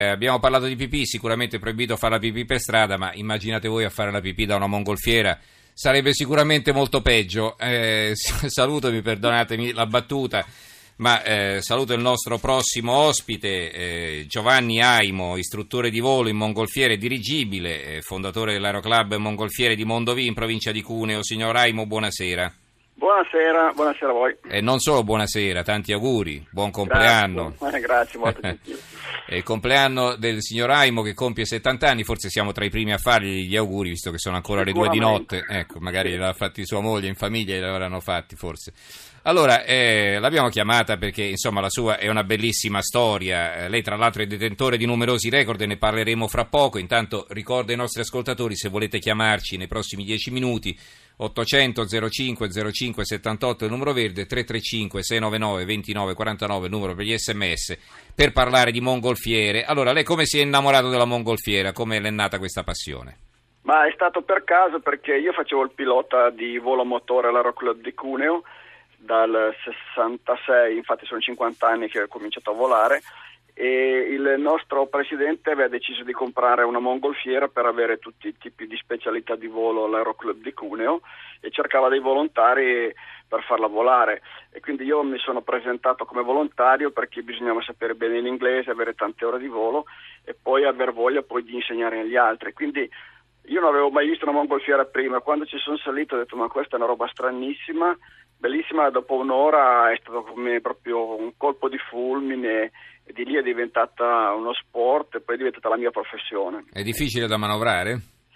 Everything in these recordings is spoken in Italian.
Abbiamo parlato di pipì, sicuramente è proibito fare la pipì per strada, ma immaginate voi a fare la pipì da una mongolfiera, sarebbe sicuramente molto peggio. Saluto, perdonatemi la battuta, ma saluto il nostro prossimo ospite, Giovanni Aimo, istruttore di volo in mongolfiere dirigibile, fondatore dell'Aeroclub Mongolfiere di Mondovì in provincia di Cuneo. Signor Aimo, buonasera. Buonasera a voi. E non solo buonasera, tanti auguri, buon compleanno. Grazie, molto gentile. È il compleanno del signor Aimo che compie 70 anni, forse siamo tra i primi a fargli gli auguri, visto che sono ancora le 2 di notte. Ecco, magari l'ha fatti sua moglie in famiglia e li avranno fatti forse. Allora, l'abbiamo chiamata perché insomma la sua è una bellissima storia. Lei tra l'altro è detentore di numerosi record e ne parleremo fra poco. Intanto ricordo ai nostri ascoltatori, se volete chiamarci nei prossimi 10 minuti, 800 05 05 78 il numero verde, 335 699 29 49 il numero per gli sms, per parlare di mongolfiere. Allora, lei come si è innamorato della mongolfiera? Come le è nata questa passione? Ma è stato per caso, perché io facevo il pilota di volo a motore all'Aeroclub di Cuneo dal 66, infatti sono 50 anni che ho cominciato a volare, e il nostro presidente aveva deciso di comprare una mongolfiera per avere tutti i tipi di specialità di volo all'Aeroclub di Cuneo e cercava dei volontari per farla volare, e quindi io mi sono presentato come volontario perché bisognava sapere bene l'inglese, avere tante ore di volo e poi aver voglia poi di insegnare agli altri. Quindi io non avevo mai visto una mongolfiera prima, quando ci sono salito ho detto ma questa è una roba stranissima, bellissima. Dopo un'ora è stato come proprio un colpo di fulmine e di lì è diventata uno sport e poi è diventata la mia professione. È difficile da manovrare?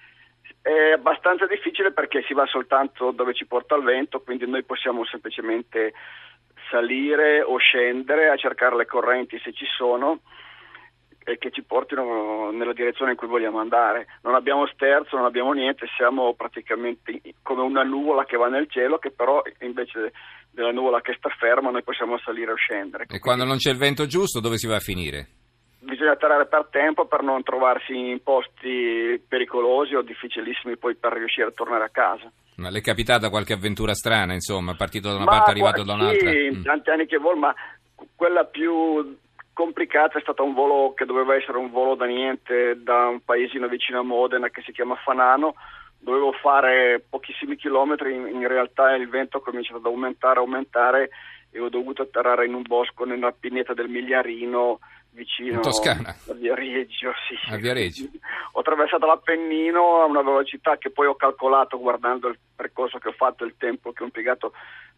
È abbastanza difficile perché si va soltanto dove ci porta il vento, quindi noi possiamo semplicemente salire o scendere a cercare le correnti se ci sono e che ci portino nella direzione in cui vogliamo andare. Non abbiamo sterzo, non abbiamo niente, siamo praticamente come una nuvola che va nel cielo, che però invece della nuvola che sta ferma noi possiamo salire o scendere. E quando non c'è il vento giusto dove si va a finire? Bisogna tarare per tempo per non trovarsi in posti pericolosi o difficilissimi poi per riuscire a tornare a casa. Ma le è capitata qualche avventura strana, insomma, partito da una parte, arrivato da un'altra? Sì, in tanti anni che volo, ma quella più complicata è stato un volo che doveva essere un volo da niente da un paesino vicino a Modena che si chiama Fanano. Dovevo fare pochissimi chilometri, in realtà il vento ha cominciato ad aumentare e ho dovuto atterrare in un bosco nella pineta del Migliarino vicino in Toscana, a Viareggio. Sì. A Viareggio. Ho attraversato l'Appennino a una velocità che poi ho calcolato guardando il percorso che ho fatto, il tempo che ho impiegato,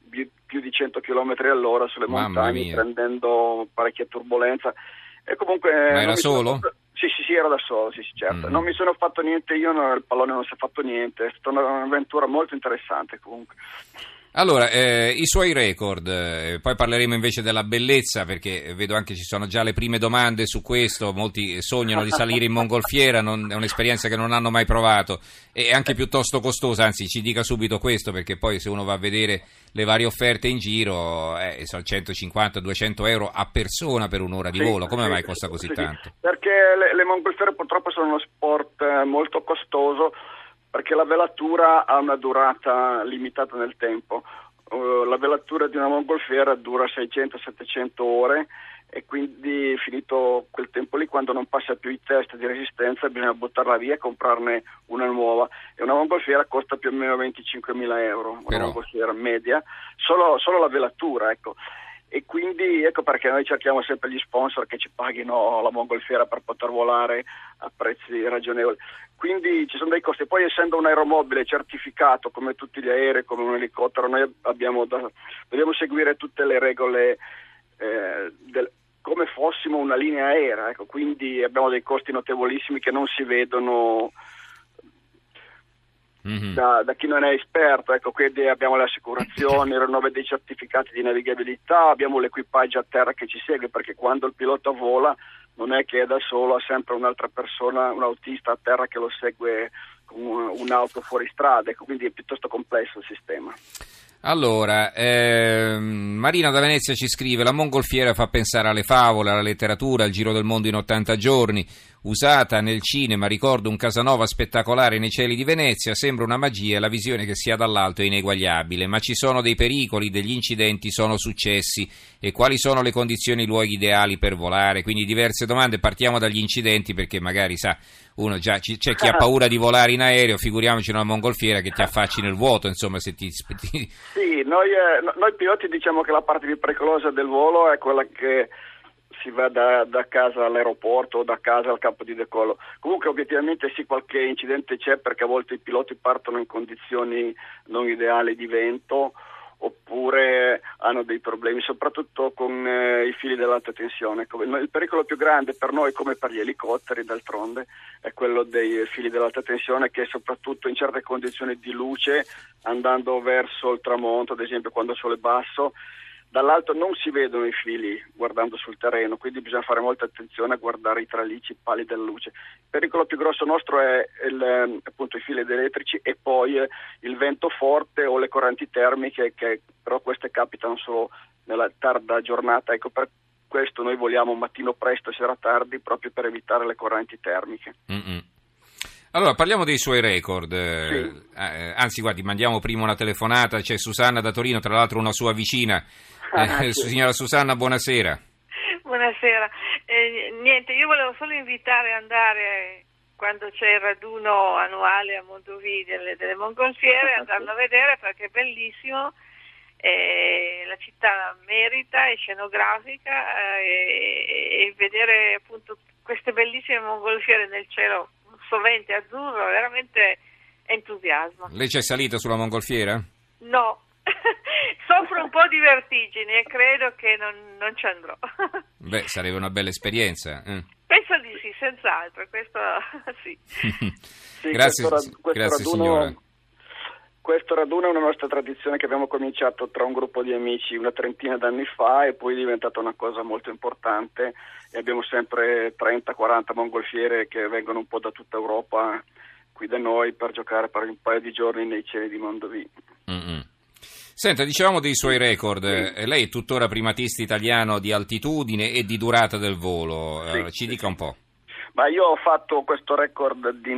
più di 100 km all'ora sulle montagne, prendendo parecchia turbolenza. E comunque, ma era solo? Sì, ero da solo, sì, certo. Non mi sono fatto niente io, il pallone non si è fatto niente, è stata un'avventura molto interessante comunque. Allora, i suoi record, poi parleremo invece della bellezza, perché vedo anche ci sono già le prime domande su questo, molti sognano di salire in mongolfiera, è un'esperienza che non hanno mai provato, è anche piuttosto costosa, anzi ci dica subito questo, perché poi se uno va a vedere le varie offerte in giro, sono 150-200 euro a persona per un'ora di volo, come mai costa così tanto? Perché le mongolfiere purtroppo sono uno sport molto costoso, perché la velatura ha una durata limitata nel tempo. La velatura di una mongolfiera dura 600-700 ore e quindi finito quel tempo lì, quando non passa più i test di resistenza, bisogna buttarla via e comprarne una nuova. E una mongolfiera costa più o meno 25.000 euro, una mongolfiera media, solo la velatura, ecco. E quindi ecco perché noi cerchiamo sempre gli sponsor che ci paghino la mongolfiera per poter volare a prezzi ragionevoli. Quindi ci sono dei costi. Poi, essendo un aeromobile certificato come tutti gli aerei, come un elicottero, noi dobbiamo seguire tutte le regole come fossimo una linea aerea, ecco. Quindi abbiamo dei costi notevolissimi che non si vedono da chi non è esperto, ecco. Quindi abbiamo le assicurazioni, il rinnovo dei certificati di navigabilità, abbiamo l'equipaggio a terra che ci segue, perché quando il pilota vola non è che è da solo, ha sempre un'altra persona, un autista a terra che lo segue con un'auto fuori strada, ecco. Quindi è piuttosto complesso il sistema. Allora, Marina da Venezia ci scrive: la mongolfiera fa pensare alle favole, alla letteratura, al giro del mondo in 80 giorni. Usata nel cinema, ricordo un Casanova spettacolare nei cieli di Venezia, sembra una magia e la visione che si ha dall'alto è ineguagliabile, ma ci sono dei pericoli, degli incidenti sono successi, e quali sono le condizioni, i luoghi ideali per volare? Quindi diverse domande, partiamo dagli incidenti, perché magari sa, uno già c'è chi ha paura di volare in aereo, figuriamoci una mongolfiera che ti affacci nel vuoto, insomma, se ti... Sì, noi piloti diciamo che la parte più pericolosa del volo è quella che si va da casa all'aeroporto o da casa al campo di decollo. Comunque obiettivamente sì, qualche incidente c'è, perché a volte i piloti partono in condizioni non ideali di vento, oppure hanno dei problemi soprattutto con i fili dell'alta tensione. Il pericolo più grande per noi, come per gli elicotteri d'altronde, è quello dei fili dell'alta tensione, che soprattutto in certe condizioni di luce, andando verso il tramonto, ad esempio quando il sole è basso, dall'alto non si vedono i fili guardando sul terreno, quindi bisogna fare molta attenzione a guardare i tralicci, i pali della luce. Il pericolo più grosso nostro è appunto i fili elettrici, e poi il vento forte o le correnti termiche, che però queste capitano solo nella tarda giornata. Ecco, per questo noi voliamo mattino presto, sera tardi, proprio per evitare le correnti termiche. Mm-mm. Allora, parliamo dei suoi record. Sì. Anzi, guardi, mandiamo prima una telefonata. C'è Susanna da Torino, tra l'altro una sua vicina. Sì. Signora Susanna, buonasera. Buonasera. Niente, io volevo solo invitare ad andare, quando c'è il raduno annuale a Mondovì delle mongolfiere, andarlo a vedere, perché è bellissimo. La città merita, è scenografica, e vedere appunto queste bellissime mongolfiere nel cielo sovente azzurro, veramente entusiasmo. Lei c'è salita sulla mongolfiera? No, soffro un po' di vertigini e credo che non ci andrò. Beh, sarebbe una bella esperienza. Penso di sì, senz'altro, questo sì. Sì, Grazie, questo grazie raduno, signora. Questo raduno è una nostra tradizione che abbiamo cominciato tra un gruppo di amici una trentina d'anni fa, e poi è diventata una cosa molto importante, e abbiamo sempre 30-40 mongolfiere che vengono un po' da tutta Europa qui da noi per giocare per un paio di giorni nei cieli di Mondovì. Mm-mm. Senta, dicevamo dei suoi record. Lei è tuttora primatista italiano di altitudine e di durata del volo. Ci dica un po'. Ma io ho fatto questo record di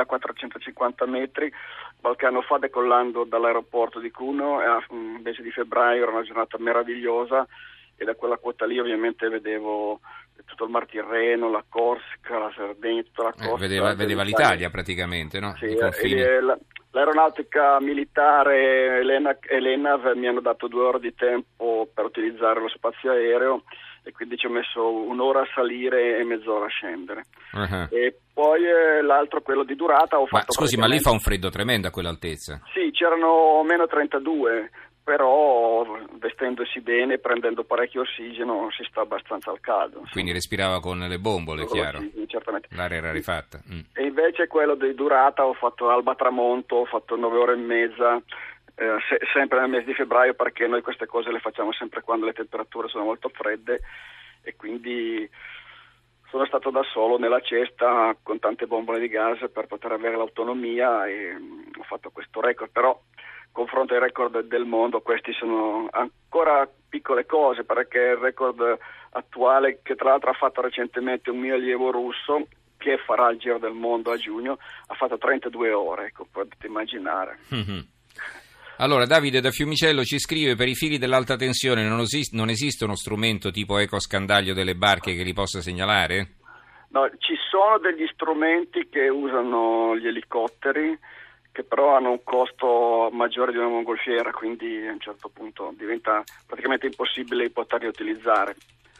9.450 metri qualche anno fa, decollando dall'aeroporto di Cuneo, un mese di febbraio, era una giornata meravigliosa, e da quella quota lì ovviamente vedevo tutto il Mar Tirreno, la Corsica, la Sardegna, tutta la costa. Vedeva l'Italia praticamente, no? Sì, I confini. l'aeronautica militare e l'ENAV mi hanno dato 2 ore di tempo per utilizzare lo spazio aereo, e quindi ci ho messo 1 ora a salire e mezz'ora a scendere. Uh-huh. E poi l'altro, quello di durata, ho fatto... Scusi, ma lì fa un freddo tremendo a quell'altezza? Sì, c'erano meno 32, però vestendosi bene, prendendo parecchio ossigeno, si sta abbastanza al caldo. Insomma. Quindi respirava con le bombole, chiaro? Sì, certamente. L'aria era rifatta. E invece quello di durata ho fatto alba tramonto, ho fatto 9 ore e mezza, sempre nel mese di febbraio, perché noi queste cose le facciamo sempre quando le temperature sono molto fredde, e quindi sono stato da solo nella cesta con tante bombole di gas per poter avere l'autonomia, e ho fatto questo record. Però confronto ai record del mondo, questi sono ancora piccole cose, perché il record attuale, che tra l'altro ha fatto recentemente un mio allievo russo che farà il giro del mondo a giugno, ha fatto 32 ore, ecco, potete immaginare. Mm-hmm. Allora, Davide da Fiumicello ci scrive: per i fili dell'alta tensione non esiste uno strumento tipo ecoscandaglio delle barche che li possa segnalare? No, ci sono degli strumenti che usano gli elicotteri, che però hanno un costo maggiore di una mongolfiera, quindi a un certo punto diventa praticamente impossibile poterli utilizzare.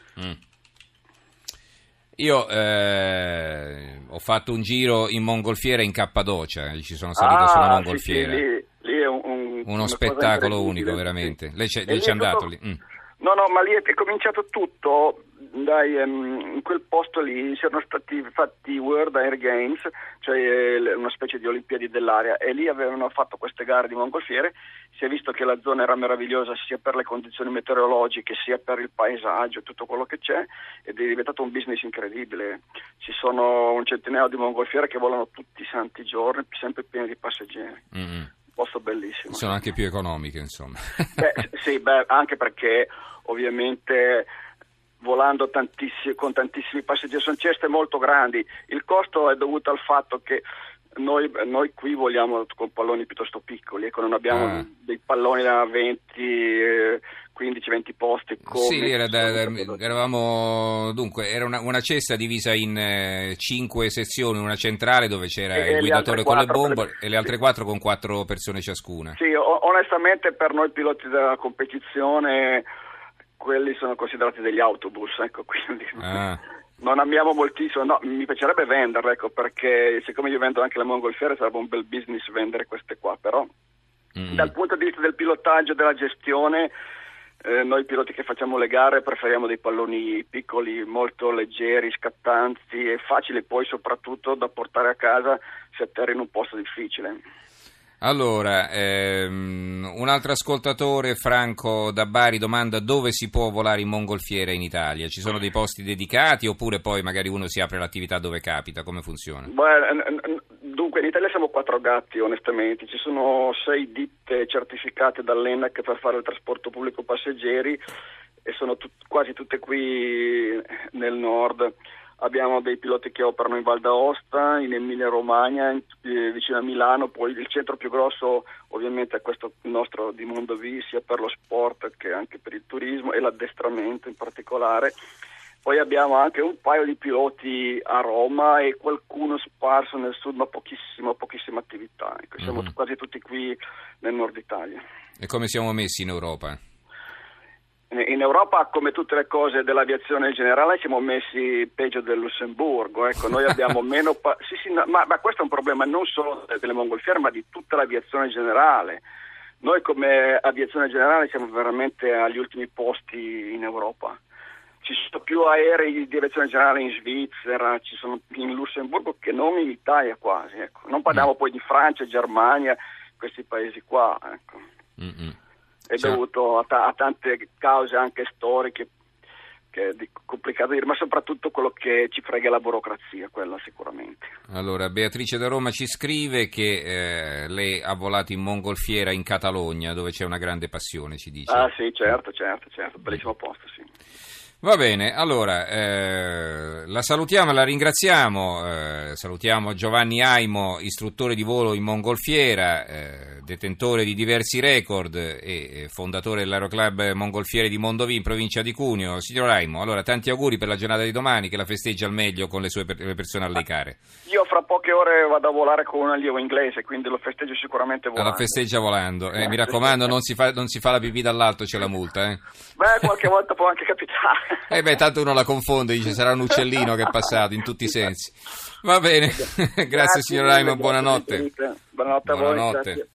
Io ho fatto un giro in mongolfiera in Cappadocia, ci sono salito sulla mongolfiera. Sì, lì è uno spettacolo unico, veramente. Lei c'è andato lì? No, ma lì è cominciato tutto. In quel posto lì si erano stati fatti World Air Games, cioè una specie di Olimpiadi dell'aria, e lì avevano fatto queste gare di mongolfiere. Si è visto che la zona era meravigliosa sia per le condizioni meteorologiche sia per il paesaggio, tutto quello che c'è, ed è diventato un business incredibile. Ci sono un centinaio di mongolfiere che volano tutti i santi giorni, sempre pieni di passeggeri. Mm-hmm. posto bellissimo. Sono anche più economiche, insomma. Sì, anche perché ovviamente volando con tantissimi passeggeri, sono ceste molto grandi. Il costo è dovuto al fatto che noi qui voliamo con palloni piuttosto piccoli, ecco, non abbiamo dei palloni da 15-20 posti. Sì, eravamo dunque, era una cesta divisa in 5 sezioni, una centrale dove c'era il guidatore con le bombole e le altre 4 con 4 persone ciascuna. Sì, onestamente per noi piloti della competizione quelli sono considerati degli autobus, ecco, quindi non amiamo moltissimo, no, mi piacerebbe venderle, ecco, perché siccome io vendo anche le mongolfiere sarebbe un bel business vendere queste qua, però dal punto di vista del pilotaggio e della gestione, noi piloti che facciamo le gare preferiamo dei palloni piccoli, molto leggeri, scattanti e facili poi soprattutto da portare a casa se atterri in un posto difficile. Allora, un altro ascoltatore, Franco da Bari, domanda dove si può volare in mongolfiera in Italia. Ci sono dei posti dedicati oppure poi magari uno si apre l'attività dove capita? Come funziona? Dunque in Italia siamo 4 gatti onestamente, ci sono 6 ditte certificate dall'ENAC per fare il trasporto pubblico passeggeri e sono quasi tutte qui nel nord. Abbiamo dei piloti che operano in Val d'Aosta, in Emilia Romagna, vicino a Milano, poi il centro più grosso ovviamente è questo nostro di Mondovì, sia per lo sport che anche per il turismo e l'addestramento in particolare. Poi abbiamo anche un paio di piloti a Roma e qualcuno sparso nel sud, ma pochissima attività. Ecco, siamo quasi tutti qui nel nord Italia. E come siamo messi in Europa? In Europa, come tutte le cose dell'aviazione in generale, siamo messi peggio del Lussemburgo. Ecco, noi abbiamo meno. Ma questo è un problema non solo delle mongolfiere, ma di tutta l'aviazione generale. Noi, come aviazione generale, siamo veramente agli ultimi posti in Europa. Ci sono più aerei di aviazione generale in Svizzera, ci sono in Lussemburgo che non in Italia quasi. Ecco. Non parliamo poi di Francia, Germania, questi paesi qua. Ecco. È dovuto a tante cause anche storiche che è complicato dire, ma soprattutto quello che ci frega la burocrazia, quella sicuramente. Allora, Beatrice da Roma ci scrive che lei ha volato in mongolfiera in Catalogna, dove c'è una grande passione, ci dice. Ah sì, certo, bellissimo posto, sì. Va bene, allora la salutiamo e la ringraziamo, salutiamo Giovanni Aimo, istruttore di volo in mongolfiera, detentore di diversi record e fondatore dell'Aeroclub Mongolfiere di Mondovì in provincia di Cuneo. Signor Aimo, allora tanti auguri per la giornata di domani, che la festeggia al meglio con le persone alle care. Io fra poche ore vado a volare con un allievo inglese, quindi lo festeggio sicuramente volando. La festeggia volando, mi raccomando, non si fa la pipì dall'alto, c'è la multa. Qualche volta può anche capitare. Tanto uno la confonde, dice sarà un uccellino che è passato in tutti i sensi. Va bene, grazie signor Aimo, buonanotte. Buonanotte a voi. Grazie.